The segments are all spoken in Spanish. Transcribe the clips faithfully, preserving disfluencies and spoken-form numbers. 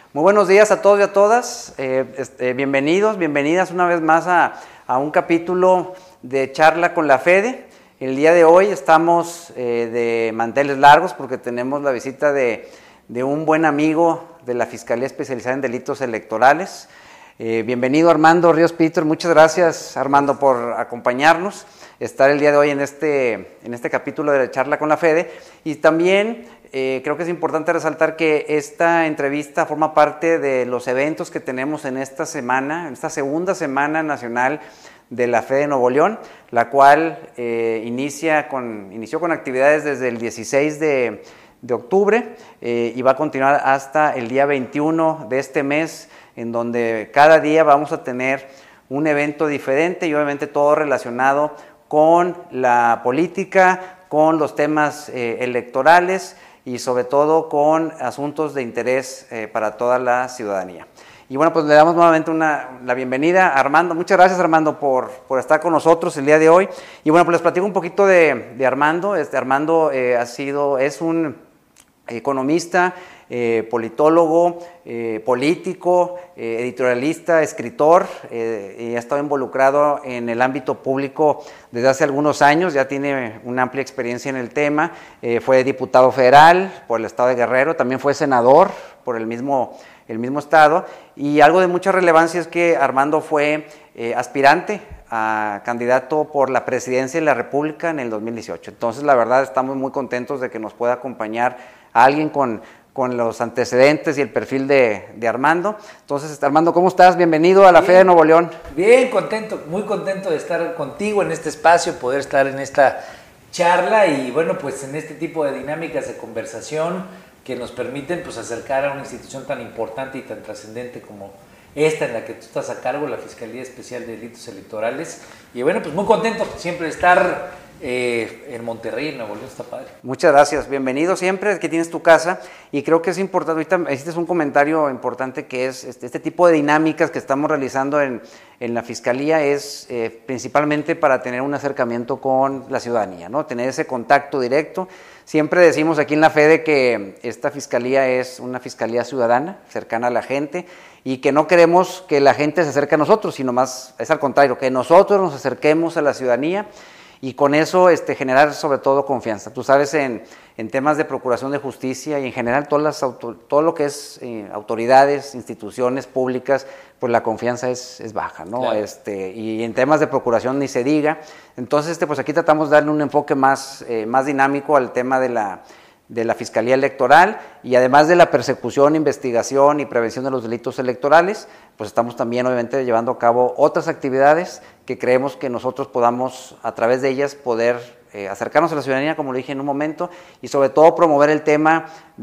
Muy buenos días a todos y a todas, eh, este, bienvenidos, bienvenidas una vez más a, a un capítulo de Charla con la Fede. El día de hoy estamos eh, de manteles largos porque tenemos la visita de, de un buen amigo de la Fiscalía Especializada en Delitos Electorales. Eh, bienvenido Armando Ríos Peter, muchas gracias Armando por acompañarnos, estar el día de hoy en este, en este capítulo de Charla con la Fede. Y también eh, creo que es importante resaltar que esta entrevista forma parte de los eventos que tenemos en esta semana, en esta segunda semana nacional de la Fede Nuevo León, la cual eh, inicia con, inició con actividades desde el dieciséis de octubre eh, y va a continuar hasta el día veintiuno de este mes, en donde cada día vamos a tener un evento diferente y obviamente todo relacionado con la política, con los temas eh, electorales y sobre todo con asuntos de interés eh, para toda la ciudadanía. Y bueno, pues le damos nuevamente una, la bienvenida a Armando. Muchas gracias Armando por, por estar con nosotros el día de hoy. Y bueno, pues les platico un poquito de, de Armando. Este, Armando eh, ha sido, es un economista, eh, politólogo, eh, político, eh, editorialista, escritor, eh, y ha estado involucrado en el ámbito público desde hace algunos años, ya tiene una amplia experiencia en el tema, eh, fue diputado federal por el estado de Guerrero, también fue senador por el mismo, el mismo estado, y algo de mucha relevancia es que Armando fue eh, aspirante a candidato por la presidencia de la República en el dos mil dieciocho. Entonces, la verdad, estamos muy contentos de que nos pueda acompañar a alguien con, con los antecedentes y el perfil de, de Armando. Entonces, Armando, ¿cómo estás? Bienvenido a la Fede Nuevo León. Bien, contento, muy contento de estar contigo en este espacio, poder estar en esta charla y, bueno, pues en este tipo de dinámicas de conversación que nos permiten, pues, acercar a una institución tan importante y tan trascendente como esta en la que tú estás a cargo, la Fiscalía Especial de Delitos Electorales. Y bueno, pues muy contento siempre de estar eh, en Monterrey, en Nuevo León, está padre. Muchas gracias, bienvenido siempre, aquí tienes tu casa. Y creo que es importante, ahorita hiciste un comentario importante que es este, este tipo de dinámicas que estamos realizando en, en la Fiscalía es eh, principalmente para tener un acercamiento con la ciudadanía, ¿no? Tener ese contacto directo. Siempre decimos aquí en la Fede que esta Fiscalía es una Fiscalía ciudadana, cercana a la gente, y que no queremos que la gente se acerque a nosotros, sino más es al contrario, que nosotros nos acerquemos a la ciudadanía y con eso este, generar sobre todo confianza. Tú sabes, en, en temas de procuración de justicia y en general todas las auto, todo lo que es eh, autoridades, instituciones públicas, pues la confianza es, es baja, ¿no? Claro. Este, y en temas de procuración ni se diga. Entonces, este, pues aquí tratamos de darle un enfoque más, eh, más dinámico al tema de la de la Fiscalía Electoral y además de la persecución, investigación y prevención de los delitos electorales, pues estamos también obviamente llevando a cabo otras actividades que creemos que nosotros podamos a través de ellas poder eh, acercarnos a la ciudadanía, como lo dije en un momento, y sobre todo promover el tema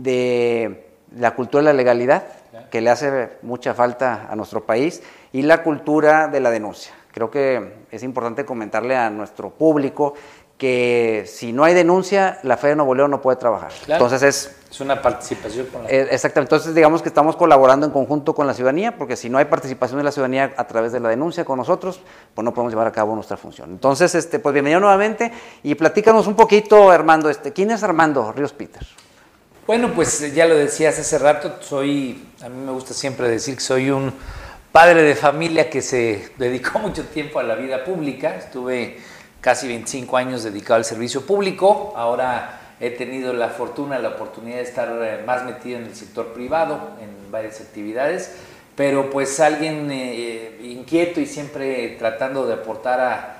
de la cultura de la legalidad, que le hace mucha falta a nuestro país, y la cultura de la denuncia. Creo que es importante comentarle a nuestro público que si no hay denuncia, la Fede Nuevo León no puede trabajar. Claro. Entonces es... Es una participación con la... Eh, exactamente, entonces digamos que estamos colaborando en conjunto con la ciudadanía, porque si no hay participación de la ciudadanía a través de la denuncia con nosotros, pues no podemos llevar a cabo nuestra función. Entonces, este, pues bienvenido nuevamente y platícanos un poquito, Armando, este, ¿quién es Armando Ríos Peter? Bueno, pues ya lo decías hace rato, soy, a mí me gusta siempre decir que soy un padre de familia que se dedicó mucho tiempo a la vida pública, estuve casi veinticinco años dedicado al servicio público, ahora he tenido la fortuna, la oportunidad de estar más metido en el sector privado, en varias actividades, pero pues alguien eh, inquieto y siempre tratando de aportar a,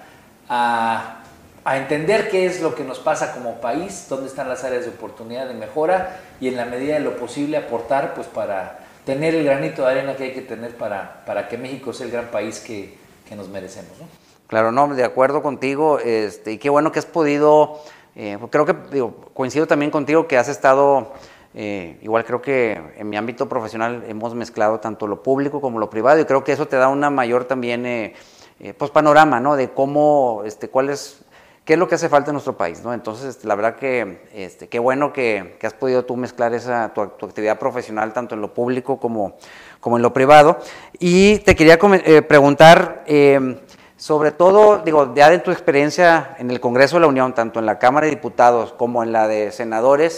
a, a entender qué es lo que nos pasa como país, dónde están las áreas de oportunidad de mejora y en la medida de lo posible aportar pues para tener el granito de arena que hay que tener para, para que México sea el gran país que, que nos merecemos, ¿no? Claro, no, de acuerdo contigo, este, y qué bueno que has podido, eh, creo que digo, coincido también contigo que has estado, eh, igual creo que en mi ámbito profesional hemos mezclado tanto lo público como lo privado y creo que eso te da una mayor también, eh, eh, pues panorama, ¿no? De cómo, este, cuál es, qué es lo que hace falta en nuestro país, ¿no? Entonces, este, la verdad que, este, qué bueno que, que has podido tú mezclar esa, tu, tu actividad profesional tanto en lo público como, como en lo privado. Y te quería eh, preguntar, eh, sobre todo, digo, ya de tu experiencia en el Congreso de la Unión, tanto en la Cámara de Diputados como en la de Senadores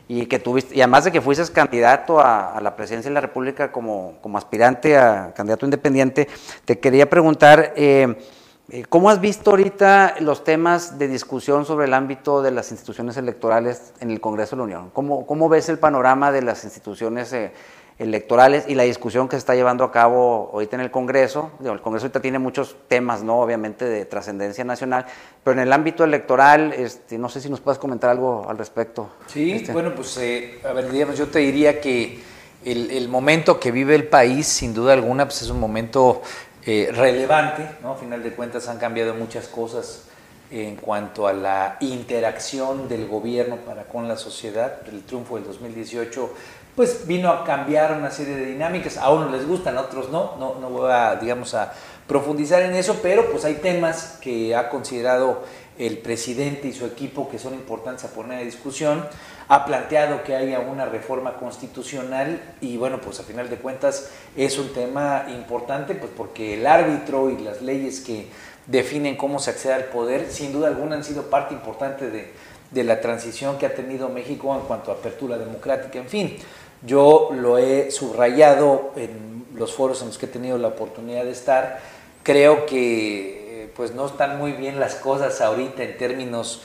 y que tuviste, y además de que fuiste candidato a, a la presidencia de la República como, como aspirante a candidato independiente, te quería preguntar, eh, ¿cómo has visto ahorita los temas de discusión sobre el ámbito de las instituciones electorales en el Congreso de la Unión? ¿Cómo, cómo ves el panorama de las instituciones eh, electorales y la discusión que se está llevando a cabo ahorita en el Congreso? Digo, el Congreso ahorita tiene muchos temas, ¿no? Obviamente de trascendencia nacional, pero en el ámbito electoral, este, no sé si nos puedes comentar algo al respecto. Sí, este. bueno, pues eh, a ver, digamos, yo te diría que el, el momento que vive el país, sin duda alguna, pues es un momento eh, relevante, ¿no? A final de cuentas han cambiado muchas cosas en cuanto a la interacción del gobierno para con la sociedad. El triunfo del dos mil dieciocho pues vino a cambiar una serie de dinámicas, a unos les gustan, a otros no, no, no voy a, digamos, a profundizar en eso, pero pues hay temas que ha considerado el presidente y su equipo que son importantes a poner en discusión, ha planteado que haya una reforma constitucional y bueno, pues a final de cuentas es un tema importante, pues porque el árbitro y las leyes que definen cómo se accede al poder, sin duda alguna han sido parte importante de, de la transición que ha tenido México en cuanto a apertura democrática, en fin. Yo lo he subrayado en los foros en los que he tenido la oportunidad de estar. Creo que pues no están muy bien las cosas ahorita en términos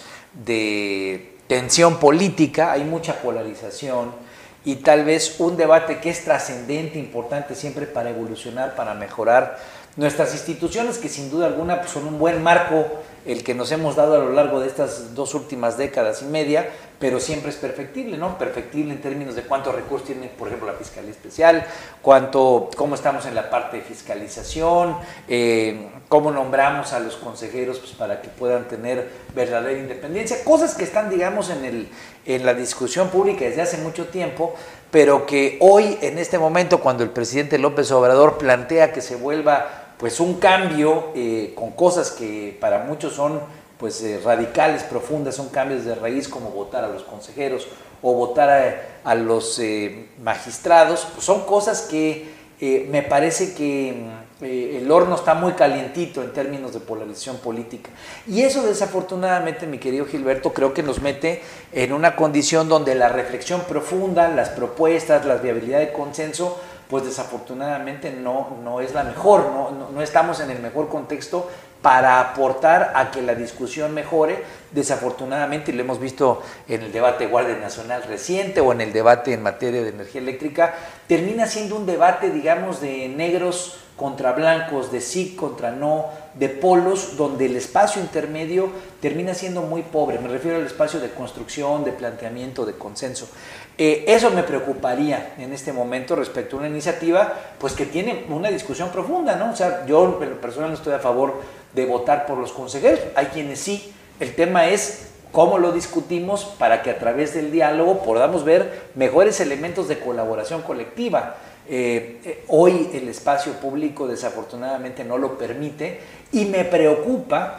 de tensión política, hay mucha polarización y tal vez un debate que es trascendente, importante siempre para evolucionar, para mejorar nuestras instituciones, que sin duda alguna pues, son un buen marco el que nos hemos dado a lo largo de estas dos últimas décadas y media, pero siempre es perfectible, ¿no? Perfectible en términos de cuántos recursos tiene, por ejemplo, la Fiscalía Especial, cuánto, cómo estamos en la parte de fiscalización, eh, cómo nombramos a los consejeros pues, para que puedan tener verdadera independencia, cosas que están, digamos, en, el, en la discusión pública desde hace mucho tiempo, pero que hoy, en este momento, cuando el presidente López Obrador plantea que se vuelva pues un cambio eh, con cosas que para muchos son pues eh, radicales, profundas, son cambios de raíz como votar a los consejeros o votar a, a los eh, magistrados, pues son cosas que eh, me parece que eh, el horno está muy calientito en términos de polarización política. Y eso desafortunadamente, mi querido Gilberto, creo que nos mete en una condición donde la reflexión profunda, las propuestas, la viabilidad de consenso, pues desafortunadamente no, no es la mejor, no, no, no estamos en el mejor contexto para aportar a que la discusión mejore. Desafortunadamente, y lo hemos visto en el debate de Guardia Nacional reciente o en el debate en materia de energía eléctrica, termina siendo un debate, digamos, de negros contra blancos, de sí contra no, de polos, donde el espacio intermedio termina siendo muy pobre. Me refiero al espacio de construcción, de planteamiento, de consenso. Eh, eso me preocuparía en este momento respecto a una iniciativa pues que tiene una discusión profunda, ¿no? O sea, yo en lo personal no estoy a favor de votar por los consejeros, hay quienes sí. El tema es cómo lo discutimos para que a través del diálogo podamos ver mejores elementos de colaboración colectiva. Eh, eh, hoy el espacio público desafortunadamente no lo permite y me preocupa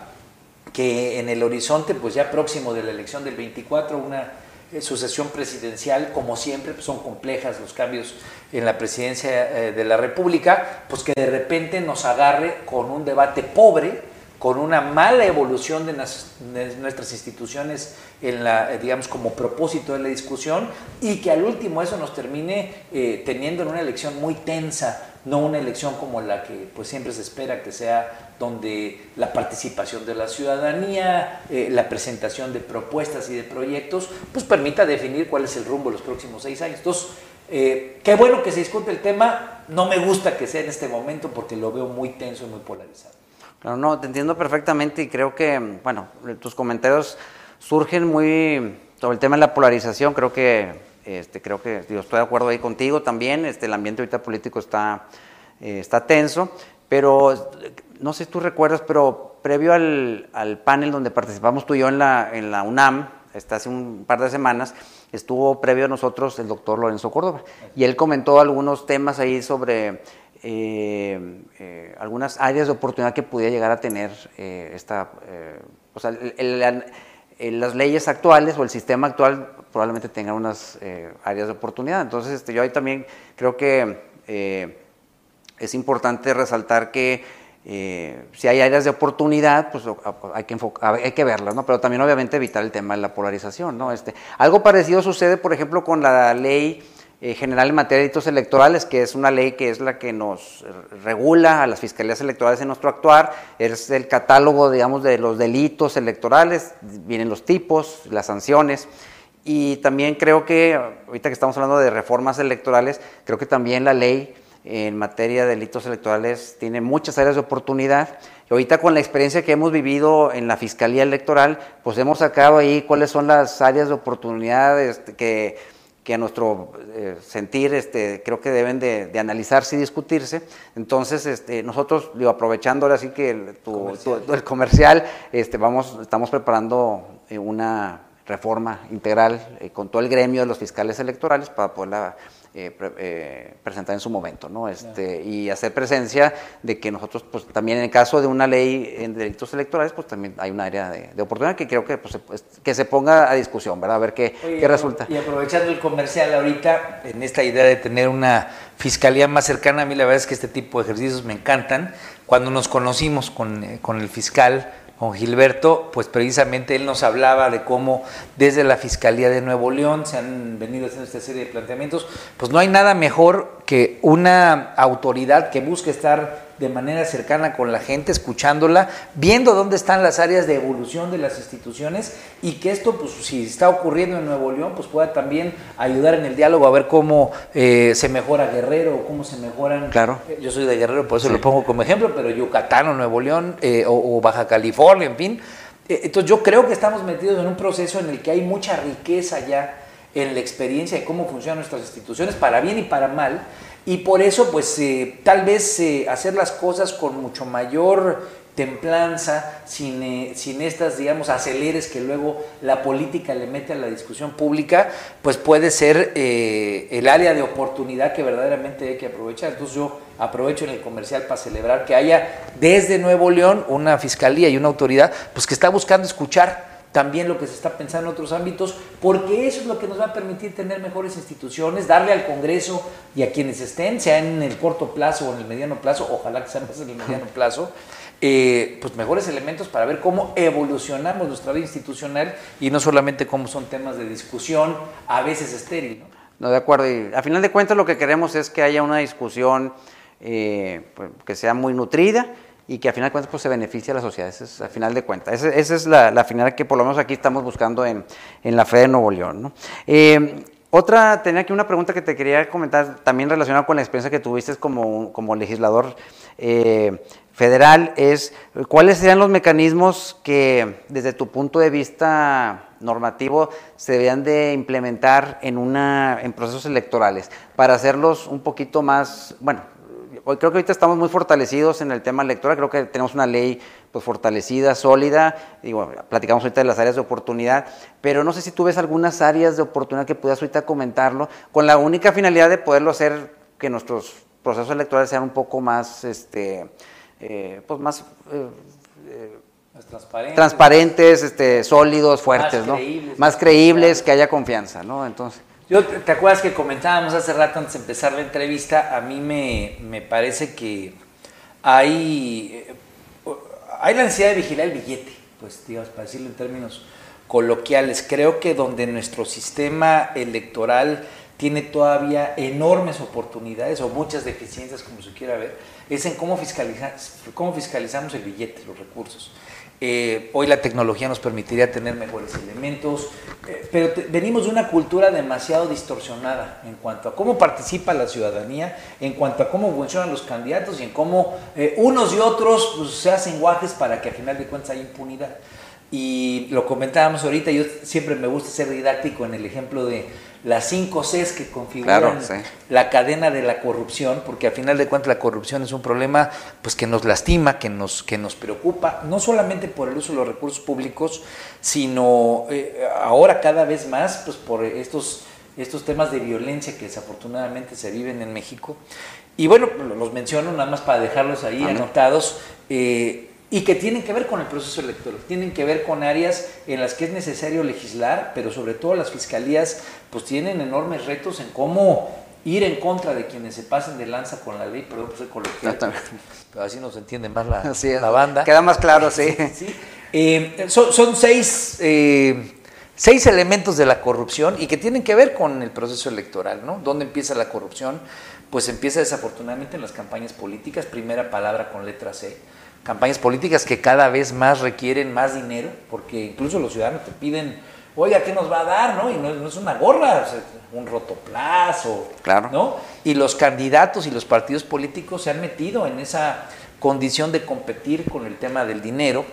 que en el horizonte pues ya próximo de la elección del veinticuatro, una eh, sucesión presidencial, como siempre pues son complejas los cambios en la presidencia eh, de la República, pues que de repente nos agarre con un debate pobre, con una mala evolución de, nas, de nuestras instituciones en la, digamos, como propósito de la discusión, y que al último eso nos termine eh, teniendo en una elección muy tensa, no una elección como la que pues siempre se espera que sea, donde la participación de la ciudadanía, eh, la presentación de propuestas y de proyectos, pues permita definir cuál es el rumbo de los próximos seis años. Entonces, eh, qué bueno que se discute el tema, no me gusta que sea en este momento porque lo veo muy tenso y muy polarizado. Claro, no, te entiendo perfectamente y creo que, bueno, tus comentarios surgen muy sobre el tema de la polarización. Creo que, este, creo que, digo, estoy de acuerdo ahí contigo también. Este, el ambiente ahorita político está, eh, está tenso, pero no sé si tú recuerdas, pero previo al, al panel donde participamos tú y yo en la, en la UNAM, hasta hace un par de semanas, estuvo previo a nosotros el doctor Lorenzo Córdoba y él comentó algunos temas ahí sobre Eh, eh, algunas áreas de oportunidad que pudiera llegar a tener eh, esta, eh, o sea, el, el, el, las leyes actuales o el sistema actual probablemente tengan unas eh, áreas de oportunidad. Entonces, este, yo ahí también creo que eh, es importante resaltar que eh, si hay áreas de oportunidad, pues hay que, enfocar, hay que verlas, ¿no? Pero también obviamente evitar el tema de la polarización, ¿no? Este, algo parecido sucede, por ejemplo, con la ley eh, general en materia de delitos electorales, que es una ley que es la que nos regula a las fiscalías electorales en nuestro actuar, es el catálogo, digamos, de los delitos electorales, vienen los tipos, las sanciones. Y también creo que, ahorita que estamos hablando de reformas electorales, creo que también la ley en materia de delitos electorales tiene muchas áreas de oportunidad. Y ahorita con la experiencia que hemos vivido en la Fiscalía Electoral, pues hemos sacado ahí cuáles son las áreas de oportunidad este, que, que a nuestro eh, sentir este, creo que deben de, de analizarse y discutirse. Entonces, este, nosotros, digo, aprovechando ahora sí que el, tu, comercial. Tu, el comercial, este, vamos, estamos preparando eh, una reforma integral eh, con todo el gremio de los fiscales electorales para poderla eh, pre, eh, presentar en su momento, ¿no? Este, yeah. Y hacer presencia de que nosotros, pues también en el caso de una ley en delitos electorales, pues también hay un área de, de oportunidad que creo que, pues, que se ponga a discusión, ¿verdad? A ver qué, Oye, qué resulta. Y aprovechando el comercial ahorita, en esta idea de tener una fiscalía más cercana, a mí la verdad es que este tipo de ejercicios me encantan. Cuando nos conocimos con, eh, con el fiscal, con Gilberto, pues precisamente él nos hablaba de cómo desde la Fiscalía de Nuevo León se han venido haciendo esta serie de planteamientos. Pues no hay nada mejor que una autoridad que busque estar de manera cercana con la gente, escuchándola, viendo dónde están las áreas de evolución de las instituciones y que esto, pues si está ocurriendo en Nuevo León, pues pueda también ayudar en el diálogo a ver cómo eh, se mejora Guerrero o cómo se mejoran. Claro. Eh, yo soy de Guerrero, por eso sí. Lo pongo como ejemplo, pero Yucatán o Nuevo León eh, o, o Baja California, en fin. Eh, entonces yo creo que estamos metidos en un proceso en el que hay mucha riqueza ya en la experiencia de cómo funcionan nuestras instituciones, para bien y para mal. Y por eso, pues, eh, tal vez eh, hacer las cosas con mucho mayor templanza, sin, eh, sin estas, digamos, aceleres que luego la política le mete a la discusión pública, pues puede ser eh, el área de oportunidad que verdaderamente hay que aprovechar. Entonces yo aprovecho en el comercial para celebrar que haya desde Nuevo León una fiscalía y una autoridad, pues que está buscando escuchar también lo que se está pensando en otros ámbitos, porque eso es lo que nos va a permitir tener mejores instituciones, darle al Congreso y a quienes estén, sea en el corto plazo o en el mediano plazo, ojalá que sea más en el mediano plazo, eh, pues mejores elementos para ver cómo evolucionamos nuestra vida institucional y no solamente cómo son temas de discusión, a veces estéril, ¿no? No, de acuerdo, y a final de cuentas lo que queremos es que haya una discusión eh, pues, que sea muy nutrida, y que a final de cuentas pues, se beneficia a la sociedad, ese es a final de cuentas. Esa, esa es la, la finalidad que por lo menos aquí estamos buscando en, en la F E de Nuevo León, ¿no? Eh, otra, tenía aquí una pregunta que te quería comentar, también relacionada con la experiencia que tuviste como, como legislador eh, federal, es cuáles serían los mecanismos que desde tu punto de vista normativo se deberían de implementar en, una, en procesos electorales para hacerlos un poquito más, bueno, creo que ahorita estamos muy fortalecidos en el tema electoral, creo que tenemos una ley pues fortalecida, sólida, digo, platicamos ahorita de las áreas de oportunidad, pero no sé si tú ves algunas áreas de oportunidad que pudieras ahorita comentarlo, con la única finalidad de poderlo hacer, que nuestros procesos electorales sean un poco más, este, eh, pues más... Eh, eh, Más transparentes, transparentes este, sólidos, fuertes, más ¿no? creíbles, más creíbles, que haya confianza, ¿no? Entonces... Yo, ¿te acuerdas que comentábamos hace rato antes de empezar la entrevista? A mí me, me parece que hay, hay la necesidad de vigilar el billete, pues digamos, para decirlo en términos coloquiales. Creo que donde nuestro sistema electoral tiene todavía enormes oportunidades o muchas deficiencias, como se quiera ver, es en cómo, fiscaliza, cómo fiscalizamos el billete, los recursos. Eh, hoy la tecnología nos permitiría tener mejores elementos, eh, pero te, venimos de una cultura demasiado distorsionada en cuanto a cómo participa la ciudadanía, en cuanto a cómo funcionan los candidatos y en cómo eh, unos y otros pues, se hacen guajes para que a final de cuentas haya impunidad. Y lo comentábamos ahorita, yo siempre me gusta ser didáctico en el ejemplo de las cinco Cs que configuran claro, sí. la cadena de la corrupción, porque al final de cuentas la corrupción es un problema pues, que nos lastima, que nos, que nos preocupa, no solamente por el uso de los recursos públicos, sino eh, ahora cada vez más pues, por estos, estos temas de violencia que desafortunadamente se viven en México. Y bueno, los menciono nada más para dejarlos ahí Amén. anotados, eh, y que tienen que ver con el proceso electoral, tienen que ver con áreas en las que es necesario legislar, pero sobre todo las fiscalías pues tienen enormes retos en cómo ir en contra de quienes se pasen de lanza con la ley, perdón, pues soy coloquial, pero así nos entiende más la, así es, la banda. Queda más claro, sí. sí. Eh, son, son seis, eh, seis elementos de la corrupción y que tienen que ver con el proceso electoral, ¿no? ¿Dónde empieza la corrupción? Pues empieza desafortunadamente en las campañas políticas, primera palabra con letra C. Campañas políticas que cada vez más requieren más dinero, porque incluso los ciudadanos te piden, oiga, ¿qué nos va a dar? ¿No? Y no, no es una gorra, o sea, un rotoplazo, claro. ¿no? Y los candidatos y los partidos políticos se han metido en esa condición de competir con el tema del dinero,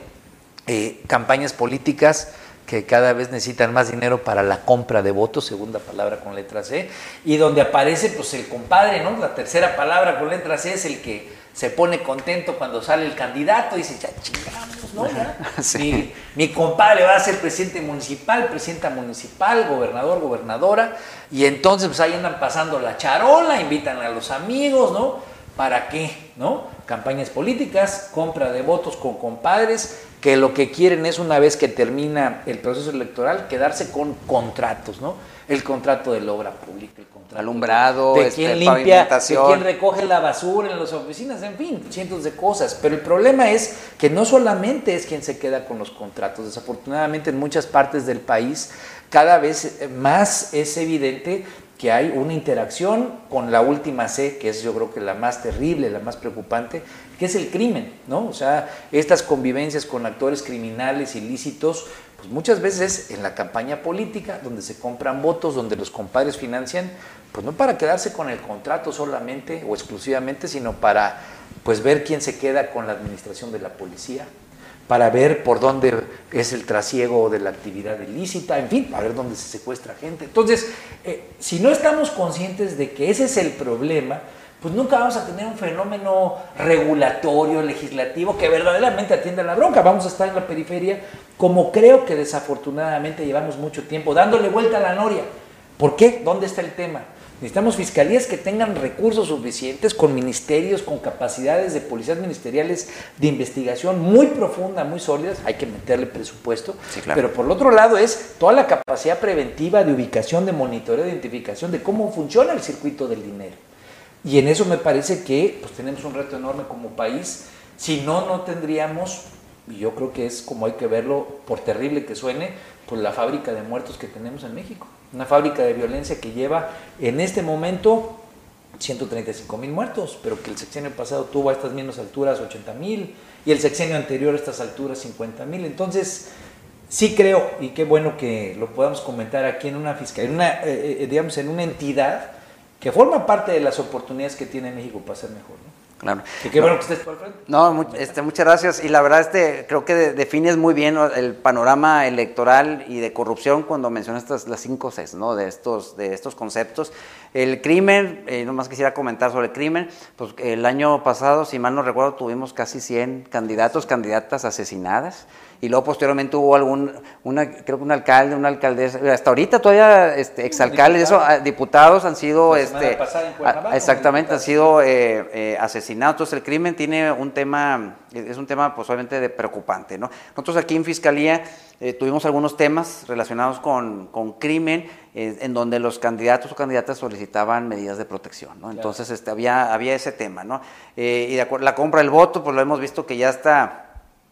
eh, campañas políticas que cada vez necesitan más dinero para la compra de votos, segunda palabra con letra C, y donde aparece pues el compadre, ¿no? La tercera palabra con letra C es el que se pone contento cuando sale el candidato y dice, ya chingamos, ¿no? Ya. Sí. Mi, mi compadre va a ser presidente municipal, presidenta municipal, gobernador, gobernadora, y entonces pues ahí andan pasando la charola, invitan a los amigos, ¿no? ¿Para qué? ¿No? Campañas políticas, compra de votos con compadres, que lo que quieren es, una vez que termina el proceso electoral, quedarse con contratos, ¿no? El contrato de la obra pública, el contrato alumbrado, de, de este, quién limpia, de pavimentación, quién recoge la basura en las oficinas, en fin, cientos de cosas. Pero el problema es que no solamente es quien se queda con los contratos. Desafortunadamente en muchas partes del país cada vez más es evidente que hay una interacción con la última C, que es yo creo que la más terrible, la más preocupante, que es el crimen, ¿no? O sea, estas convivencias con actores criminales ilícitos, pues muchas veces en la campaña política, donde se compran votos, donde los compadres financian, pues no para quedarse con el contrato solamente o exclusivamente, sino para pues ver quién se queda con la administración de la policía, para ver por dónde es el trasiego de la actividad ilícita, en fin, para ver dónde se secuestra gente. Entonces, eh, si no estamos conscientes de que ese es el problema, pues nunca vamos a tener un fenómeno regulatorio, legislativo, que verdaderamente atienda la bronca. Vamos a estar en la periferia, como creo que desafortunadamente llevamos mucho tiempo, dándole vuelta a la noria. ¿Por qué? ¿Dónde está el tema? Necesitamos fiscalías que tengan recursos suficientes, con ministerios, con capacidades de policías ministeriales de investigación muy profunda, muy sólidas. Hay que meterle presupuesto. Sí, claro. Pero por el otro lado es toda la capacidad preventiva de ubicación, de monitoreo, de identificación de cómo funciona el circuito del dinero. Y en eso me parece que pues, tenemos un reto enorme como país. Si no, no tendríamos, y yo creo que es como hay que verlo, por terrible que suene, pues la fábrica de muertos que tenemos en México. Una fábrica de violencia que lleva en este momento ciento treinta y cinco mil muertos, pero que el sexenio pasado tuvo a estas mismas alturas ochenta mil y el sexenio anterior a estas alturas cincuenta mil. Entonces, sí creo, y qué bueno que lo podamos comentar aquí en una fiscalía, en una, eh, digamos, en una entidad que forma parte de las oportunidades que tiene México para ser mejor, ¿no? Claro. Y qué bueno que estés por el frente. No, much, este, muchas gracias. Y la verdad, este, creo que de, defines muy bien el panorama electoral y de corrupción cuando mencionas estas, las cinco Cs, ¿no? De estos, de estos conceptos. El crimen, eh, nomás quisiera comentar sobre el crimen, pues el año pasado, si mal no recuerdo, tuvimos casi cien candidatos, candidatas asesinadas. Y luego posteriormente hubo algún, una, creo que un alcalde, una alcaldesa, hasta ahorita todavía este, exalcaldes, eso, diputados han sido, este, a, exactamente, han sido eh, eh, asesinados. Entonces el crimen tiene un tema, es un tema pues obviamente de preocupante, ¿no? Nosotros aquí en Fiscalía eh, tuvimos algunos temas relacionados con, con crimen, eh, en donde los candidatos o candidatas solicitaban medidas de protección, ¿no? Entonces claro. este, había, había ese tema, ¿no? Eh, y de acuerdo, la compra del voto, pues lo hemos visto que ya está...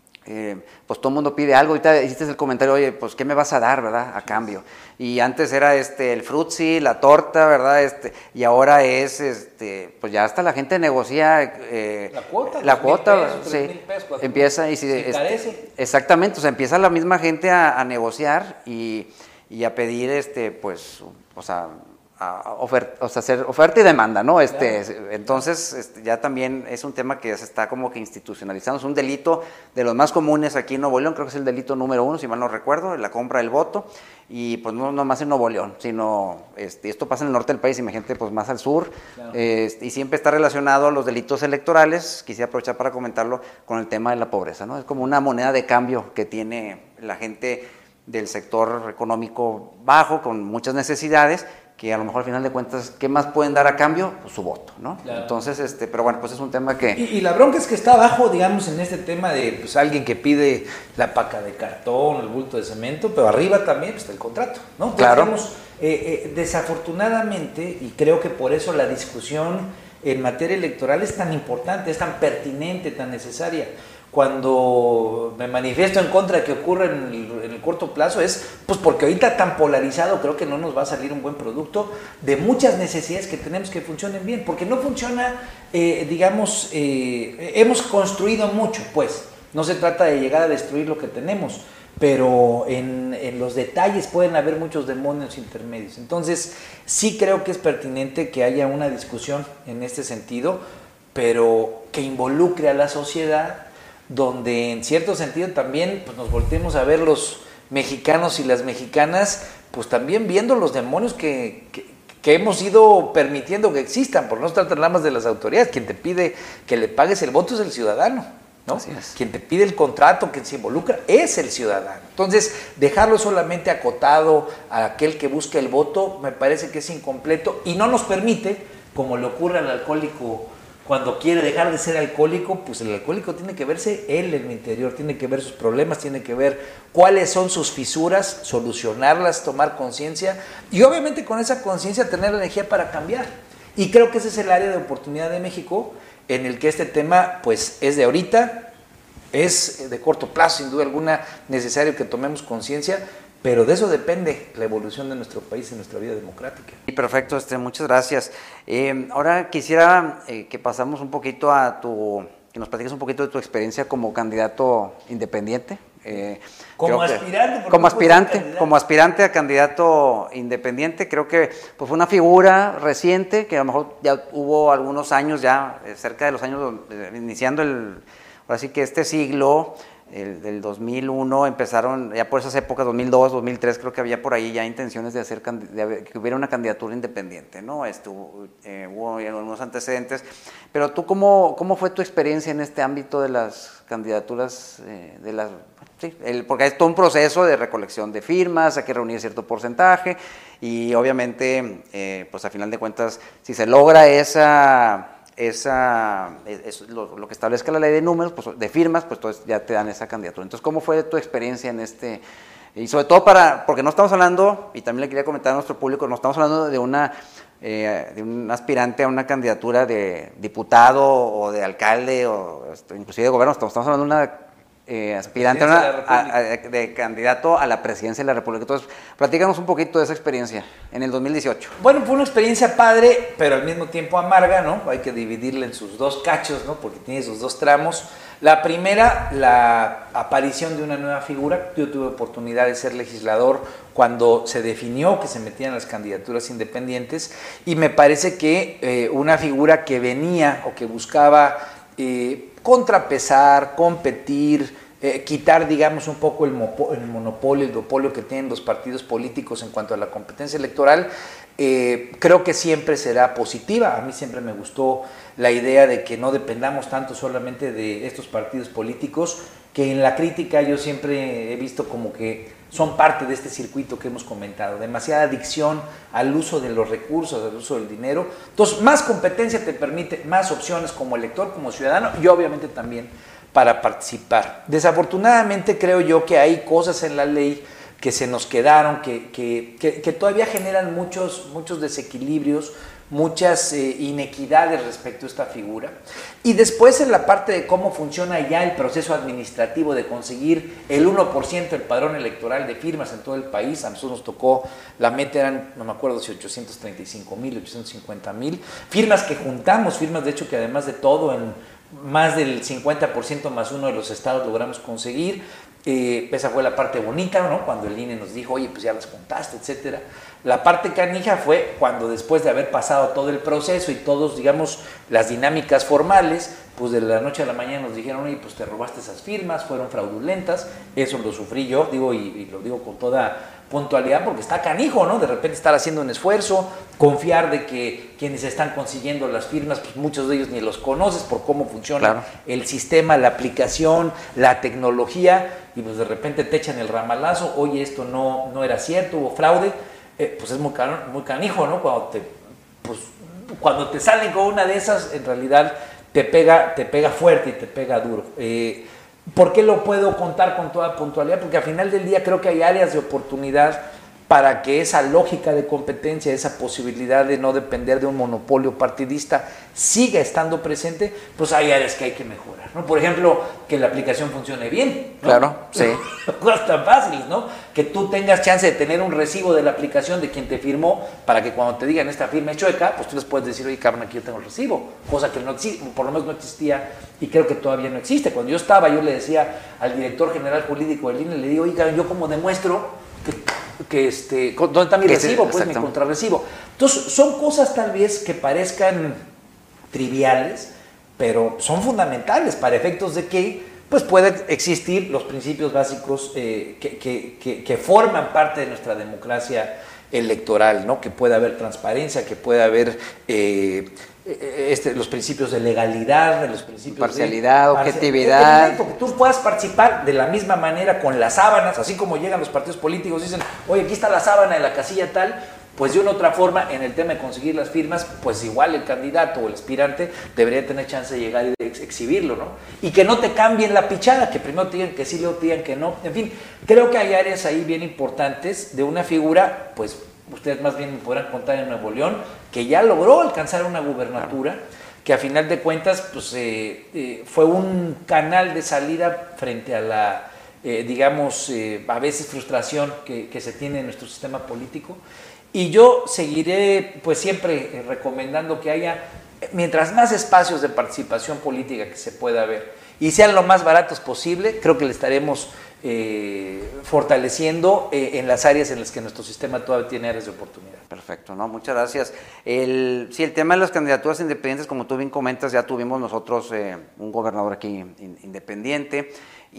Eh, pues todo el mundo pide algo. Ahorita hiciste el comentario, oye, pues ¿qué me vas a dar, verdad? A cambio. Y antes era este el frutzi, la torta, ¿verdad? Este, y ahora es, este, pues ya hasta la gente negocia eh, la cuota, la cuota, pesos, sí, mil pesos, empieza y si, este, exactamente, o sea, empieza la misma gente a, a negociar y, y a pedir, este, pues, o sea, a oferta, o sea, hacer oferta y demanda, ¿no? Este, claro. Entonces, este, ya también es un tema que se está como que institucionalizando, es un delito de los más comunes aquí en Nuevo León, creo que es el delito número uno, si mal no recuerdo, la compra del voto, y pues no nomás en Nuevo León, sino, este, esto pasa en el norte del país, imagínate, pues más al sur, claro. este, y siempre está relacionado a los delitos electorales. Quisiera aprovechar para comentarlo con el tema de la pobreza, ¿no? Es como una moneda de cambio que tiene la gente del sector económico bajo, con muchas necesidades, que a lo mejor al final de cuentas, ¿qué más pueden dar a cambio? Pues su voto, ¿no? Claro. Entonces, este, pero bueno, pues es un tema que... Y, y la bronca es que está abajo, digamos, en este tema de pues alguien que pide la paca de cartón, el bulto de cemento, pero arriba también está el contrato, ¿no? Claro. Tenemos Eh, eh, desafortunadamente, y creo que por eso la discusión en materia electoral es tan importante, es tan pertinente, tan necesaria. Cuando me manifiesto en contra de que ocurra en el, en el corto plazo es pues porque ahorita tan polarizado creo que no nos va a salir un buen producto de muchas necesidades que tenemos que funcionen bien, porque no funciona, eh, digamos, eh, hemos construido mucho, pues, no se trata de llegar a destruir lo que tenemos, pero en, en los detalles pueden haber muchos demonios intermedios. Entonces, sí creo que es pertinente que haya una discusión en este sentido, pero que involucre a la sociedad, donde en cierto sentido también pues, nos volteemos a ver los mexicanos y las mexicanas, pues también viendo los demonios que, que, que hemos ido permitiendo que existan, por no tratar nada más de las autoridades. Quien te pide que le pagues el voto es el ciudadano, ¿no? Así es. Quien te pide el contrato, quien se involucra, es el ciudadano. Entonces, dejarlo solamente acotado a aquel que busca el voto, me parece que es incompleto y no nos permite, como le ocurre al alcohólico cuando quiere dejar de ser alcohólico, pues el alcohólico tiene que verse él en el interior, tiene que ver sus problemas, tiene que ver cuáles son sus fisuras, solucionarlas, tomar conciencia y obviamente con esa conciencia tener la energía para cambiar. Y creo que ese es el área de oportunidad de México en el que este tema pues es de ahorita, es de corto plazo, sin duda alguna necesario que tomemos conciencia, pero de eso depende la evolución de nuestro país y nuestra vida democrática. Y perfecto, este, muchas gracias. Eh, ahora quisiera eh, que pasamos un poquito a tu, que nos platiques un poquito de tu experiencia como candidato independiente. Eh, como aspirante. Que, como aspirante, como aspirante a candidato independiente, creo que pues, fue una figura reciente, que a lo mejor ya hubo algunos años, ya eh, cerca de los años, eh, iniciando el, ahora sí que este siglo, El, del dos mil uno empezaron, ya por esas épocas, dos mil dos, dos mil tres, creo que había por ahí ya intenciones de hacer, de que hubiera una candidatura independiente, ¿no? Estuvo, eh, hubo algunos antecedentes, pero tú, ¿cómo, cómo fue tu experiencia en este ámbito de las candidaturas, eh, de las, sí, el, porque hay todo un proceso de recolección de firmas, hay que reunir cierto porcentaje, y obviamente, eh, pues a final de cuentas, si se logra esa... Esa, es, lo, lo que establezca la ley de números, pues, de firmas, pues entonces ya te dan esa candidatura. Entonces, ¿cómo fue tu experiencia en este? Y sobre todo para, porque no estamos hablando, y también le quería comentar a nuestro público, no estamos hablando de una eh, de un aspirante a una candidatura de diputado o de alcalde o inclusive de gobierno, estamos, estamos hablando de una eh, aspirante a una, a, a, de candidato a la presidencia de la República. Entonces, platícanos un poquito de esa experiencia en el dos mil dieciocho. Bueno, fue una experiencia padre, pero al mismo tiempo amarga, ¿no? Hay que dividirla en sus dos cachos, ¿no? Porque tiene sus dos tramos. La primera, la aparición de una nueva figura. Yo tuve oportunidad de ser legislador cuando se definió que se metían las candidaturas independientes y me parece que eh, una figura que venía o que buscaba eh, contrapesar, competir, eh, quitar, digamos, un poco el, mopo, el monopolio, el duopolio que tienen los partidos políticos en cuanto a la competencia electoral, eh, creo que siempre será positiva. A mí siempre me gustó la idea de que no dependamos tanto solamente de estos partidos políticos, que en la crítica yo siempre he visto como que son parte de este circuito que hemos comentado, demasiada adicción al uso de los recursos, al uso del dinero. Entonces, más competencia te permite más opciones como elector, como ciudadano y obviamente también para participar. Desafortunadamente creo yo que hay cosas en la ley que se nos quedaron, que, que, que, que todavía generan muchos, muchos desequilibrios, muchas eh, inequidades respecto a esta figura. Y después en la parte de cómo funciona ya el proceso administrativo de conseguir el uno por ciento del padrón electoral de firmas en todo el país. A nosotros nos tocó, la meta eran, no me acuerdo si ochocientos treinta y cinco mil, ochocientos cincuenta mil firmas que juntamos, firmas de hecho que además de todo en más del cincuenta por ciento más uno de los estados logramos conseguir. Eh, esa fue la parte bonita, ¿no? Cuando el I N E nos dijo, oye, pues ya las contaste, etcétera. La parte canija fue cuando después de haber pasado todo el proceso y todos, digamos, las dinámicas formales, pues de la noche a la mañana nos dijeron, oye, pues te robaste esas firmas, fueron fraudulentas. Eso lo sufrí yo, digo, y, y lo digo con toda puntualidad porque está canijo, ¿no? De repente estar haciendo un esfuerzo, confiar de que quienes están consiguiendo las firmas, pues muchos de ellos ni los conoces por cómo funciona claro. el sistema, la aplicación, la tecnología, y pues de repente te echan el ramalazo, oye, esto no, no era cierto, hubo fraude. Eh, pues es muy, can, muy canijo, ¿no? Cuando te, pues, cuando te salen con una de esas, en realidad te pega, te pega fuerte y te pega duro. Eh, ¿Por qué lo puedo contar con toda puntualidad? Porque al final del día creo que hay áreas de oportunidad para que esa lógica de competencia, esa posibilidad de no depender de un monopolio partidista siga estando presente, pues hay áreas que hay que mejorar, ¿no? Por ejemplo, que la aplicación funcione bien, ¿no? Claro, sí. Cosas tan fáciles, ¿no? Que tú tengas chance de tener un recibo de la aplicación de quien te firmó, para que cuando te digan esta firma es chueca, pues tú les puedes decir, oye, cabrón, aquí yo tengo el recibo, cosa que no existe, por lo menos no existía y creo que todavía no existe. Cuando yo estaba, yo le decía al director general jurídico del I N E, le digo, oiga, yo como demuestro que, que este, ¿dónde está mi recibo? Pues mi contrarrecibo. Entonces, son cosas tal vez que parezcan triviales, pero son fundamentales para efectos de que pues puedan existir los principios básicos eh, que, que, que, que forman parte de nuestra democracia electoral, ¿no? Que pueda haber transparencia, que pueda haber eh, este, los principios de legalidad, de los principios parcialidad, de objetividad, que tú puedas participar de la misma manera con las sábanas, así como llegan los partidos políticos y dicen, oye, aquí está la sábana de la casilla tal. Pues de una u otra forma, en el tema de conseguir las firmas, pues igual el candidato o el aspirante debería tener chance de llegar y de ex exhibirlo, ¿no? Y que no te cambien la pichada, que primero te digan que sí, luego te digan que no. En fin, creo que hay áreas ahí bien importantes de una figura, pues ustedes más bien me podrán contar en Nuevo León, que ya logró alcanzar una gubernatura, que a final de cuentas pues, eh, eh, fue un canal de salida frente a la, eh, digamos, eh, a veces frustración que, que se tiene en nuestro sistema político. Y yo seguiré pues siempre recomendando que haya, mientras más espacios de participación política que se pueda ver y sean lo más baratos posible, creo que le estaremos eh, fortaleciendo eh, en las áreas en las que nuestro sistema todavía tiene áreas de oportunidad. Perfecto, no, muchas gracias. El, sí, el tema de las candidaturas independientes, como tú bien comentas, ya tuvimos nosotros eh, un gobernador aquí in, independiente.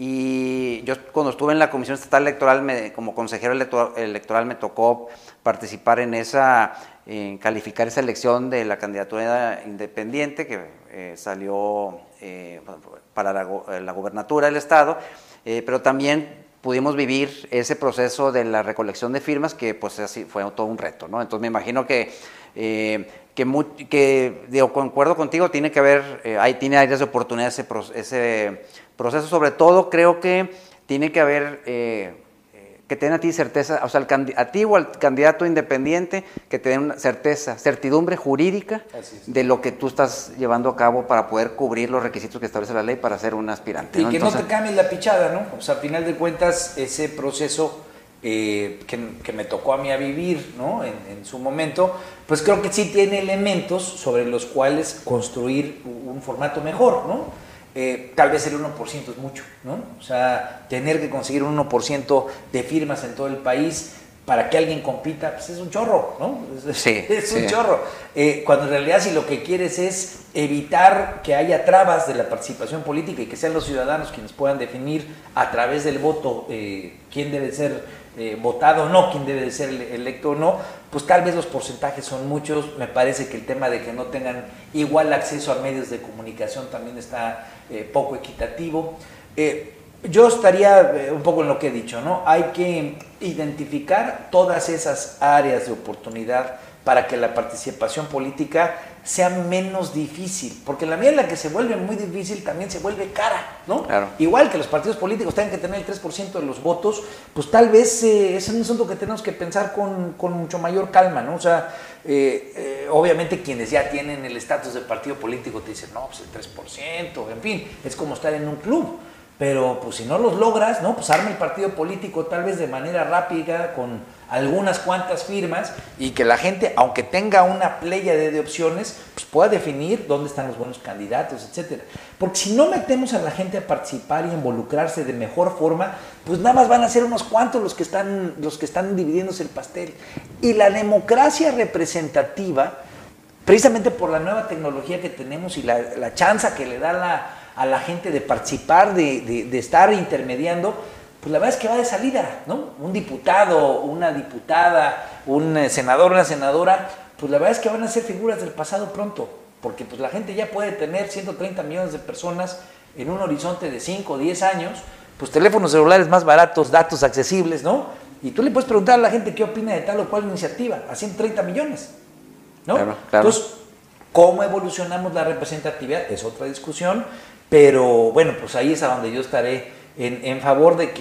Y yo cuando estuve en la Comisión Estatal Electoral, me, como consejero electoral, electoral, me tocó participar en esa, en calificar esa elección de la candidatura independiente que eh, salió eh, para la, la gubernatura del Estado, eh, pero también pudimos vivir ese proceso de la recolección de firmas que pues así fue todo un reto, ¿no? Entonces me imagino que eh, que, muy, que digo, concuerdo contigo, tiene que haber, eh, hay, tiene áreas de oportunidad ese, ese proceso, sobre todo creo que tiene que haber, eh, que te den a ti certeza, o sea, al, a ti o al candidato independiente, que te den una certeza, certidumbre jurídica de lo que tú estás llevando a cabo para poder cubrir los requisitos que establece la ley para ser un aspirante. Y ¿no? que Entonces, no te cambies la pichada, ¿no? O sea, al final de cuentas, ese proceso eh, que, que me tocó a mí a vivir, ¿no? En, en su momento, pues creo que sí tiene elementos sobre los cuales construir un formato mejor, ¿no? Eh, tal vez el uno por ciento es mucho, ¿no? O sea, tener que conseguir un uno por ciento de firmas en todo el país para que alguien compita, pues es un chorro, ¿no? Es, sí, es un sí. chorro. Eh, cuando en realidad si lo que quieres es evitar que haya trabas de la participación política y que sean los ciudadanos quienes puedan definir a través del voto eh, quién debe ser eh, votado o no, quién debe de ser electo o no, pues tal vez los porcentajes son muchos. Me parece que el tema de que no tengan igual acceso a medios de comunicación también está eh, poco equitativo. Eh, yo estaría eh, un poco en lo que he dicho, ¿no? Hay que identificar todas esas áreas de oportunidad para que la participación política sea menos difícil, porque en la medida en la que se vuelve muy difícil también se vuelve cara, ¿no? Claro. Igual que los partidos políticos tengan que tener el tres por ciento de los votos, pues tal vez eh, es un asunto que tenemos que pensar con, con mucho mayor calma, ¿no? O sea, eh, eh, obviamente quienes ya tienen el estatus de partido político te dicen, no, pues el tres por ciento, en fin, es como estar en un club. Pero pues si no los logras, ¿no? Pues arma el partido político tal vez de manera rápida, con algunas cuantas firmas, y que la gente, aunque tenga una pléyade de opciones, pues pueda definir dónde están los buenos candidatos, etcétera. Porque si no metemos a la gente a participar y involucrarse de mejor forma, pues nada más van a ser unos cuantos los que están, los que están dividiéndose el pastel. Y la democracia representativa, precisamente por la nueva tecnología que tenemos y la, la chanza que le da la a la gente de participar, de, de, de estar intermediando, pues la verdad es que va de salida, ¿no? Un diputado, una diputada, un senador, una senadora, pues la verdad es que van a ser figuras del pasado pronto, porque pues la gente ya puede tener ciento treinta millones de personas en un horizonte de cinco o diez años, pues teléfonos celulares más baratos, datos accesibles, ¿no? Y tú le puedes preguntar a la gente qué opina de tal o cual iniciativa, a ciento treinta millones, ¿no? Claro, claro. Entonces, ¿cómo evolucionamos la representatividad? Es otra discusión. Pero bueno, pues ahí es a donde yo estaré en, en favor de que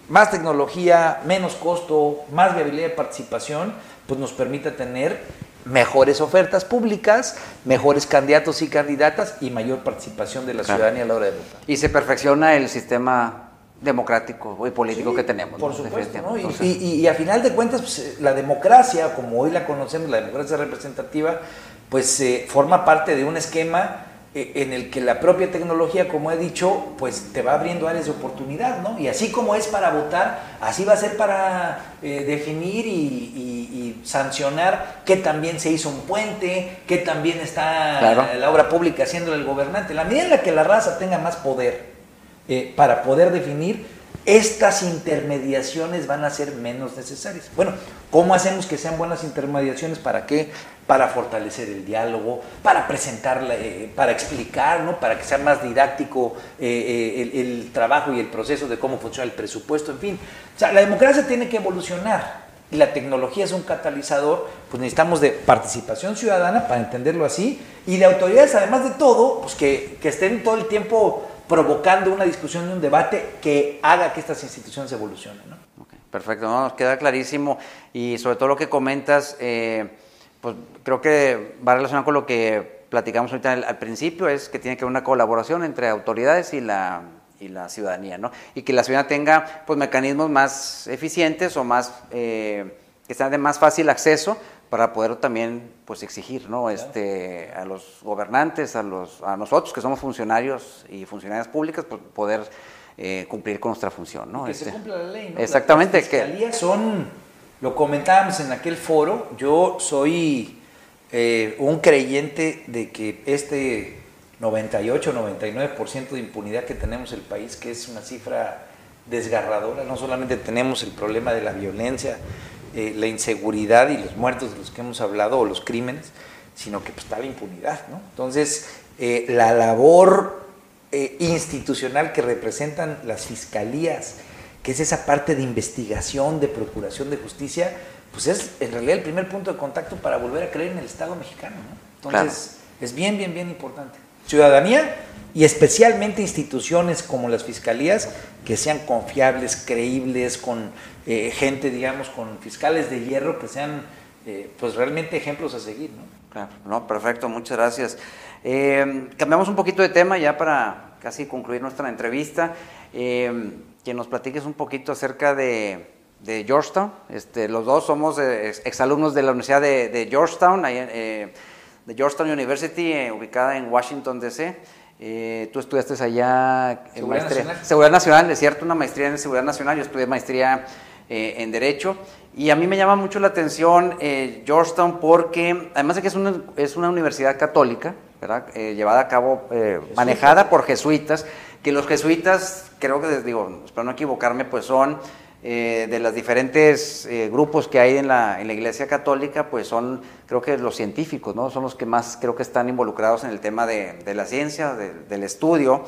más tecnología, menos costo, más viabilidad de participación, pues nos permita tener mejores ofertas públicas, mejores candidatos y candidatas y mayor participación de la claro. ciudadanía a la hora de votar. Y se perfecciona el sistema democrático y político sí, que tenemos. Por ¿no? supuesto, ¿no? Y, y, y a final de cuentas, pues, la democracia, como hoy la conocemos, la democracia representativa, pues eh, forma parte de un esquema en el que la propia tecnología, como he dicho, pues te va abriendo áreas de oportunidad, ¿no? Y así como es para votar, así va a ser para eh, definir y, y, y sancionar que también se hizo un puente, que también está claro. la obra pública haciéndole el gobernante. La medida en la que la raza tenga más poder eh, para poder definir, estas intermediaciones van a ser menos necesarias. Bueno, ¿cómo hacemos que sean buenas intermediaciones? ¿Para qué? Para fortalecer el diálogo, para presentarla, eh, para explicar, ¿no? Para que sea más didáctico eh, eh, el, el trabajo y el proceso de cómo funciona el presupuesto, en fin. O sea, la democracia tiene que evolucionar y la tecnología es un catalizador, pues necesitamos de participación ciudadana, para entenderlo así, y de autoridades, además de todo, pues que, que estén todo el tiempo provocando una discusión y un debate que haga que estas instituciones evolucionen, ¿no? Okay, perfecto, no, nos queda clarísimo y sobre todo lo que comentas, eh, pues creo que va relacionado con lo que platicamos ahorita al, al principio, es que tiene que haber una colaboración entre autoridades y la, y la ciudadanía, ¿no? Y que la ciudadanía tenga pues mecanismos más eficientes o más eh, que sean de más fácil acceso para poder también pues exigir, ¿no? Este, a los gobernantes, a los a nosotros que somos funcionarios y funcionarias públicas, pues poder eh, cumplir con nuestra función, ¿no? Y que este, se cumpla la ley, ¿no? Exactamente. Las fiscalías que son, lo comentábamos en aquel foro, yo soy eh, un creyente de que este noventa y ocho, noventa y nueve por ciento de impunidad que tenemos en el país, que es una cifra desgarradora, no solamente tenemos el problema de la violencia, Eh, la inseguridad y los muertos de los que hemos hablado, o los crímenes, sino que pues, está la impunidad, ¿no? Entonces, eh, la labor eh, institucional que representan las fiscalías, que es esa parte de investigación, de procuración de justicia, pues es en realidad el primer punto de contacto para volver a creer en el Estado mexicano, ¿no? Entonces, claro. es bien, bien, bien importante. Ciudadanía y especialmente instituciones como las fiscalías que sean confiables, creíbles, con eh, gente, digamos, con fiscales de hierro que sean eh, pues realmente ejemplos a seguir, ¿no? Claro, no, perfecto, muchas gracias. Eh, cambiamos un poquito de tema ya para casi concluir nuestra entrevista. Eh, que nos platiques un poquito acerca de, de Georgetown. Este, los dos somos eh, exalumnos de la Universidad de, de Georgetown, ahí, eh, de Georgetown University, eh, ubicada en Washington, D C Eh, tú estudiaste allá en Seguridad maestría, Nacional. Seguridad Nacional, es cierto, una maestría en Seguridad Nacional. Yo estudié maestría eh, en Derecho, y a mí me llama mucho la atención eh, Georgetown porque, además de que es una, es una universidad católica, ¿verdad? Eh, llevada a cabo, eh, manejada por jesuitas, que los jesuitas, creo que les digo, espero no equivocarme, pues son Eh, de los diferentes eh, grupos que hay en la, en la Iglesia Católica, pues son, creo que los científicos, ¿no? Son los que más creo que están involucrados en el tema de, de la ciencia, de, del estudio.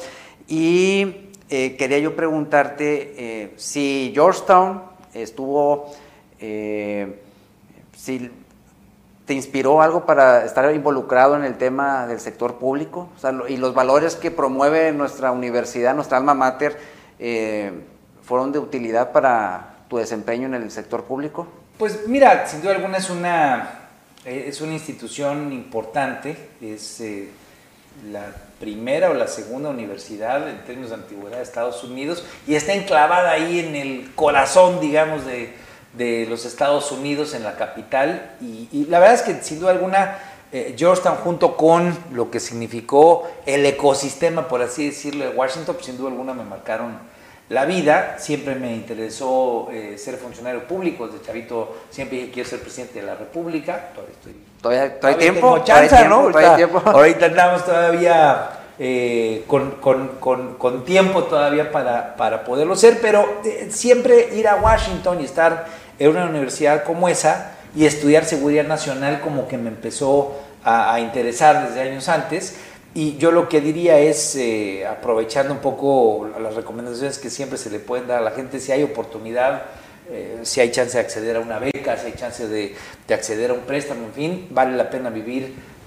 Y eh, quería yo preguntarte eh, si Georgetown estuvo, eh, si te inspiró algo para estar involucrado en el tema del sector público, o sea, lo, y los valores que promueve nuestra universidad, nuestra alma mater, eh, ¿fueron de utilidad para tu desempeño en el sector público? Pues mira, sin duda alguna es una, es una institución importante, es eh, la primera o la segunda universidad en términos de antigüedad de Estados Unidos, y está enclavada ahí en el corazón, digamos, de, de los Estados Unidos, en la capital, y, y la verdad es que sin duda alguna eh, Georgetown, junto con lo que significó el ecosistema, por así decirlo, de Washington, pues sin duda alguna me marcaron la vida. Siempre me interesó eh, ser funcionario público. Desde chavito siempre dije, quiero ser presidente de la República. Todavía estoy... ¿Todavía, todavía tiempo? Tengo chance, ¿Todavía ¿no? tiempo, Ahorita, tiempo? ahorita andamos todavía eh, con, con, con, con tiempo todavía para, para poderlo ser, pero eh, siempre ir a Washington y estar en una universidad como esa y estudiar seguridad nacional como que me empezó a, a interesar desde años antes. Y yo lo que diría es, eh, aprovechando un poco las recomendaciones que siempre se le pueden dar a la gente, si hay oportunidad, eh, si hay chance de acceder a una beca, si hay chance de, de acceder a un préstamo, en fin, vale la pena vivir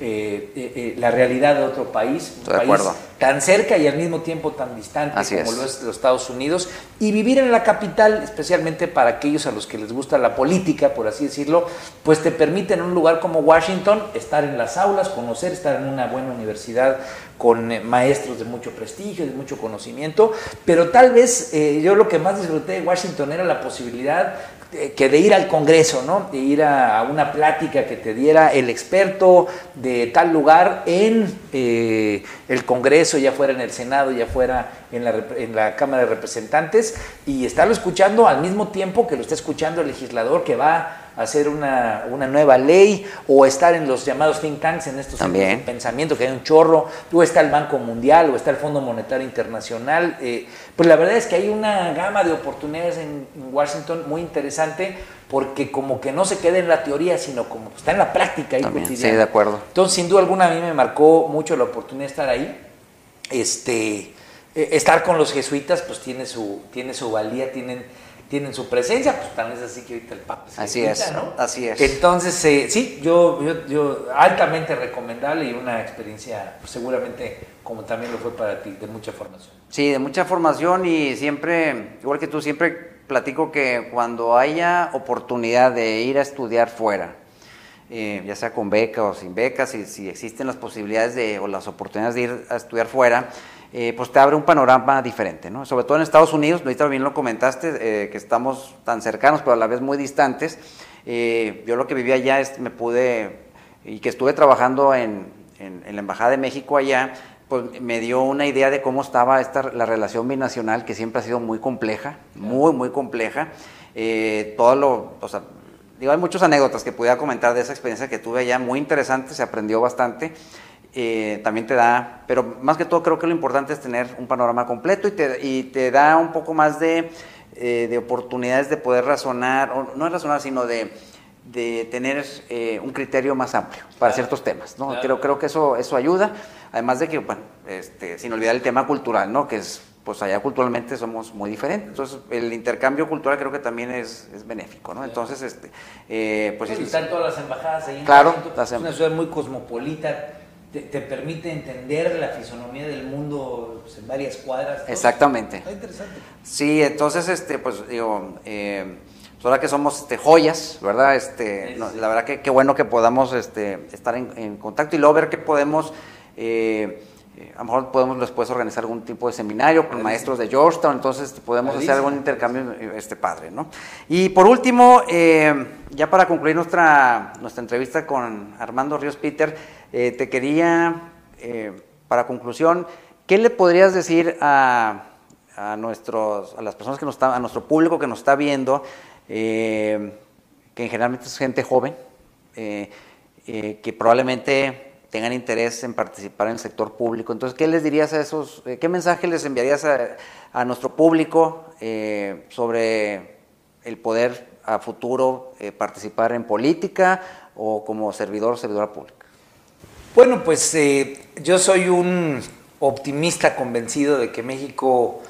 eh, eh, eh, la realidad de otro país, un Estoy de país acuerdo. tan cerca y al mismo tiempo tan distante Así como es. lo es los Estados Unidos, y vivir en la capital, especialmente para aquellos a los que les gusta la política, por así decirlo, pues te permite en un lugar como Washington estar en las aulas, conocer, estar en una buena universidad con eh, maestros de mucho prestigio, de mucho conocimiento, pero tal vez eh, yo lo que más disfruté de Washington era la posibilidad que de ir al Congreso, ¿no? De ir a, a una plática que te diera el experto de tal lugar en eh, el Congreso, ya fuera en el Senado, ya fuera en la, en la Cámara de Representantes, y estarlo escuchando al mismo tiempo que lo está escuchando el legislador que va a hacer una, una nueva ley, o estar en los llamados think tanks, en estos centros de pensamiento, que hay un chorro, o está el Banco Mundial, o está el Fondo Monetario Internacional. Eh, pues la verdad es que hay una gama de oportunidades en, en Washington muy interesante, porque como que no se queda en la teoría, sino como está en la práctica ahí También, cotidiana. sí, de acuerdo. Entonces, sin duda alguna, a mí me marcó mucho la oportunidad de estar ahí. Este, eh, estar con los jesuitas, pues tiene su, tiene su valía, tienen... tienen su presencia, pues tan es así que ahorita el Papa se Así jesuita, es, ¿no? así es. Entonces, eh, sí, yo, yo, yo altamente recomendable, y una experiencia, pues, seguramente, como también lo fue para ti, de mucha formación. Sí, de mucha formación, y siempre, igual que tú, siempre platico que cuando haya oportunidad de ir a estudiar fuera, eh, ya sea con beca o sin beca, si, si existen las posibilidades de, o las oportunidades de ir a estudiar fuera, Eh, pues te abre un panorama diferente, ¿no? Sobre todo en Estados Unidos, ahorita bien lo comentaste, eh, que estamos tan cercanos pero a la vez muy distantes. Eh, yo lo que viví allá es, me pude, y que estuve trabajando en, en, en la Embajada de México allá, pues me dio una idea de cómo estaba esta, la relación binacional, que siempre ha sido muy compleja, muy, muy compleja. Eh, todo lo, o sea, digo, hay muchas anécdotas que pudiera comentar de esa experiencia que tuve allá, muy interesante, se aprendió bastante. Eh, también te da, pero más que todo creo que lo importante es tener un panorama completo, y te, y te da un poco más de, eh, de oportunidades de poder razonar, o no razonar, sino de, de tener eh, un criterio más amplio para claro. ciertos temas, ¿no? Claro. Creo, creo que eso, eso ayuda, además de que, bueno, este, sin olvidar el tema cultural, ¿no? Que es, pues allá culturalmente somos muy diferentes, entonces el intercambio cultural creo que también es, es benéfico, ¿no? Claro. Entonces, este, eh, pues... pues están todas las embajadas ahí en claro, Washington, es una ciudad muy cosmopolita. Te, te permite entender la fisonomía del mundo, pues, en varias cuadras. Todo. Exactamente. Está interesante. Sí, entonces, este, pues digo, eh, pues ahora que somos este, joyas, ¿verdad? Este, sí, no, sí. La verdad que qué bueno que podamos este, estar en, en contacto, y luego ver que podemos, eh, eh, a lo mejor podemos después organizar algún tipo de seminario con maestros de Georgetown, entonces podemos hacer algún intercambio este, padre, ¿no? Y por último, eh, ya para concluir nuestra, nuestra entrevista con Armando Ríos Peter, Eh, te quería, eh, para conclusión, ¿qué le podrías decir a, a, nuestros, a las personas que nos está, a nuestro público que nos está viendo, eh, que generalmente es gente joven, eh, eh, que probablemente tengan interés en participar en el sector público? Entonces, ¿qué les dirías a esos, eh, qué mensaje les enviarías a, a nuestro público eh, sobre el poder a futuro eh, participar en política o como servidor o servidora pública? Bueno, pues eh, yo soy un optimista convencido de que México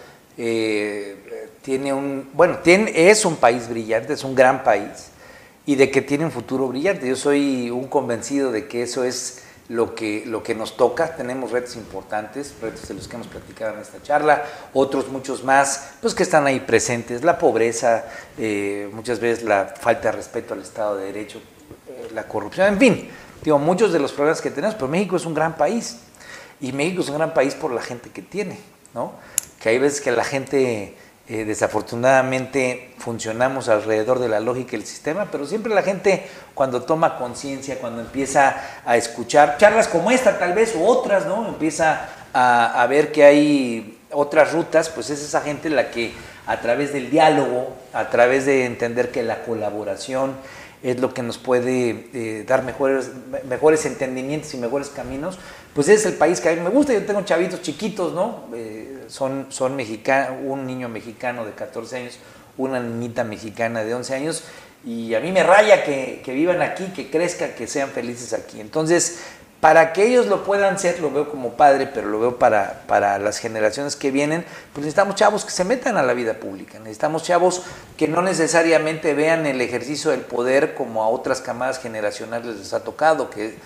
eh, tiene un, bueno, tiene, es un país brillante, es un gran país, y de que tiene un futuro brillante. Yo soy un convencido de que eso es lo que, lo que nos toca. Tenemos retos importantes, retos de los que hemos platicado en esta charla, otros muchos más, pues que están ahí presentes: la pobreza, eh, muchas veces la falta de respeto al Estado de Derecho, eh, la corrupción, en fin. Digo, muchos de los problemas que tenemos, pero México es un gran país, y México es un gran país por la gente que tiene, ¿no? Que hay veces que la gente, eh, desafortunadamente, funcionamos alrededor de la lógica del sistema, pero siempre la gente, cuando toma conciencia, cuando empieza a escuchar charlas como esta tal vez, u otras, ¿no? Empieza a, a ver que hay otras rutas, pues es esa gente la que, a través del diálogo, a través de entender que la colaboración es lo que nos puede eh, dar mejores, mejores entendimientos y mejores caminos, pues ese es el país que a mí me gusta. Yo tengo chavitos chiquitos, ¿no? Eh, son, son mexicanos, un niño mexicano de catorce años, una niñita mexicana de once años, y a mí me raya que, que vivan aquí, que crezcan, que sean felices aquí. Entonces, para que ellos lo puedan ser, lo veo como padre, pero lo veo para, para las generaciones que vienen, pues necesitamos chavos que se metan a la vida pública, necesitamos chavos que no necesariamente vean el ejercicio del poder como a otras camadas generacionales les ha tocado, que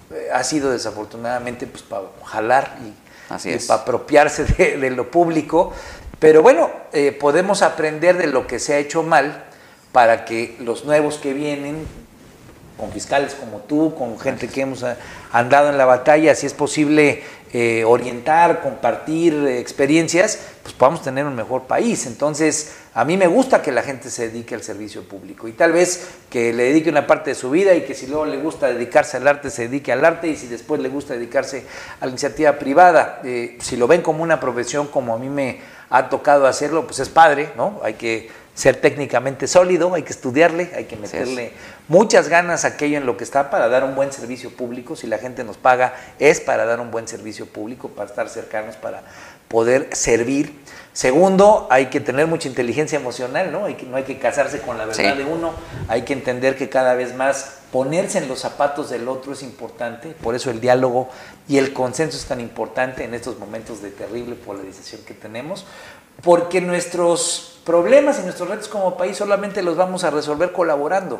eh, ha sido desafortunadamente pues para jalar y, Así y es. para apropiarse de, de lo público, pero bueno, eh, podemos aprender de lo que se ha hecho mal para que los nuevos que vienen, con fiscales como tú, con gente que hemos andado en la batalla, si es posible eh, orientar, compartir eh, experiencias, pues podamos tener un mejor país. Entonces, a mí me gusta que la gente se dedique al servicio público y tal vez que le dedique una parte de su vida y que si luego le gusta dedicarse al arte, se dedique al arte, y si después le gusta dedicarse a la iniciativa privada, eh, si lo ven como una profesión como a mí me ha tocado hacerlo, pues es padre, ¿no? Hay que ser técnicamente sólido, hay que estudiarle, hay que meterle muchas ganas a aquello en lo que está para dar un buen servicio público. Si la gente nos paga es para dar un buen servicio público, para estar cercanos, para poder servir. Segundo, hay que tener mucha inteligencia emocional, ¿no? Hay que, no hay que casarse con la verdad sí. de uno, hay que entender que cada vez más ponerse en los zapatos del otro es importante, por eso el diálogo y el consenso es tan importante en estos momentos de terrible polarización que tenemos, porque nuestros problemas y nuestros retos como país solamente los vamos a resolver colaborando.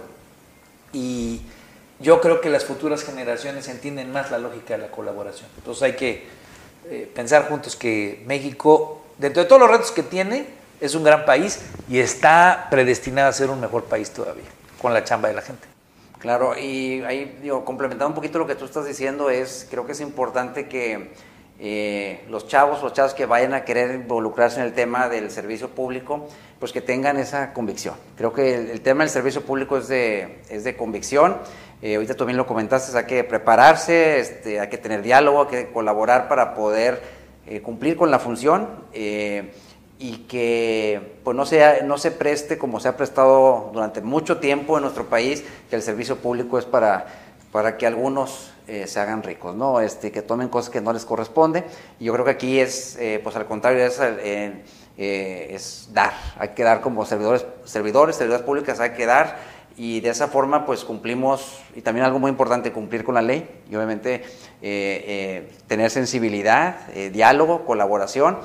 Y yo creo que las futuras generaciones entienden más la lógica de la colaboración. Entonces hay que eh, pensar juntos que México, dentro de todos los retos que tiene, es un gran país y está predestinado a ser un mejor país todavía, con la chamba de la gente. Claro, y ahí, digo, complementando un poquito lo que tú estás diciendo, es, creo que es importante que eh, los chavos, los chavos que vayan a querer involucrarse en el tema del servicio público, pues que tengan esa convicción. Creo que el, el tema del servicio público es de, es de convicción. Eh, ahorita tú también lo comentaste, hay que prepararse, este, hay que tener diálogo, hay que colaborar para poder eh, cumplir con la función. Eh, y que pues no se, no se preste como se ha prestado durante mucho tiempo en nuestro país, que el servicio público es para, para que algunos eh, se hagan ricos, ¿no? Este, que tomen cosas que no les corresponde, y yo creo que aquí es, eh, pues al contrario, es, eh, eh, es dar, hay que dar como servidores, servidores, servidores públicas, hay que dar, y de esa forma pues cumplimos, y también algo muy importante, cumplir con la ley, y obviamente eh, eh, tener sensibilidad, eh, diálogo, colaboración.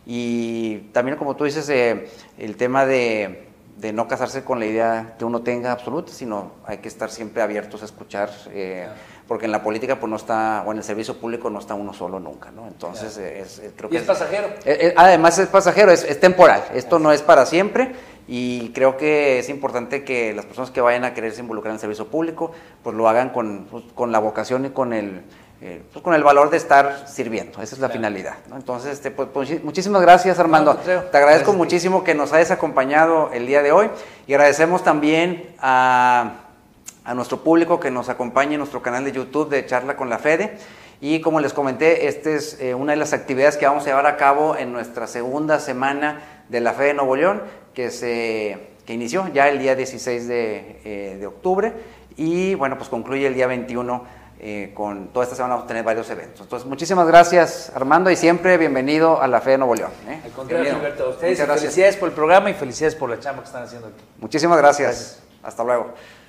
Y también, como tú dices, eh, el tema de, de no casarse con la idea que uno tenga absoluta, sino hay que estar siempre abiertos a escuchar, eh, claro. porque en la política pues no está, o en el servicio público no está uno solo nunca, ¿no? Entonces, claro. es, es, creo que y es, es pasajero. Es, es, además es pasajero, es, es temporal, esto no es para siempre, y creo que es importante que las personas que vayan a quererse involucrar en el servicio público, pues lo hagan con, pues, con la vocación y con el... Eh, pues con el valor de estar sirviendo, esa es la claro. finalidad, ¿no? Entonces, este, pues, pues, muchísimas gracias, Armando. No, te agradezco gracias muchísimo que nos hayas acompañado el día de hoy, y agradecemos también a, a nuestro público que nos acompaña en nuestro canal de YouTube de Charla con la Fede. Y como les comenté, esta es eh, una de las actividades que vamos a llevar a cabo en nuestra segunda semana de la Fede Nuevo León, que se que inició ya el día dieciséis de, eh, de octubre, y bueno, pues concluye el día veintiuno. Eh, con toda esta semana vamos a tener varios eventos. Entonces, muchísimas gracias, Armando, y siempre bienvenido a la Fe de Nuevo León. ¿eh? Al contrario, Gilberto, a ustedes felicidades por el programa y felicidades por la chamba que están haciendo aquí. Muchísimas gracias. gracias. Hasta luego.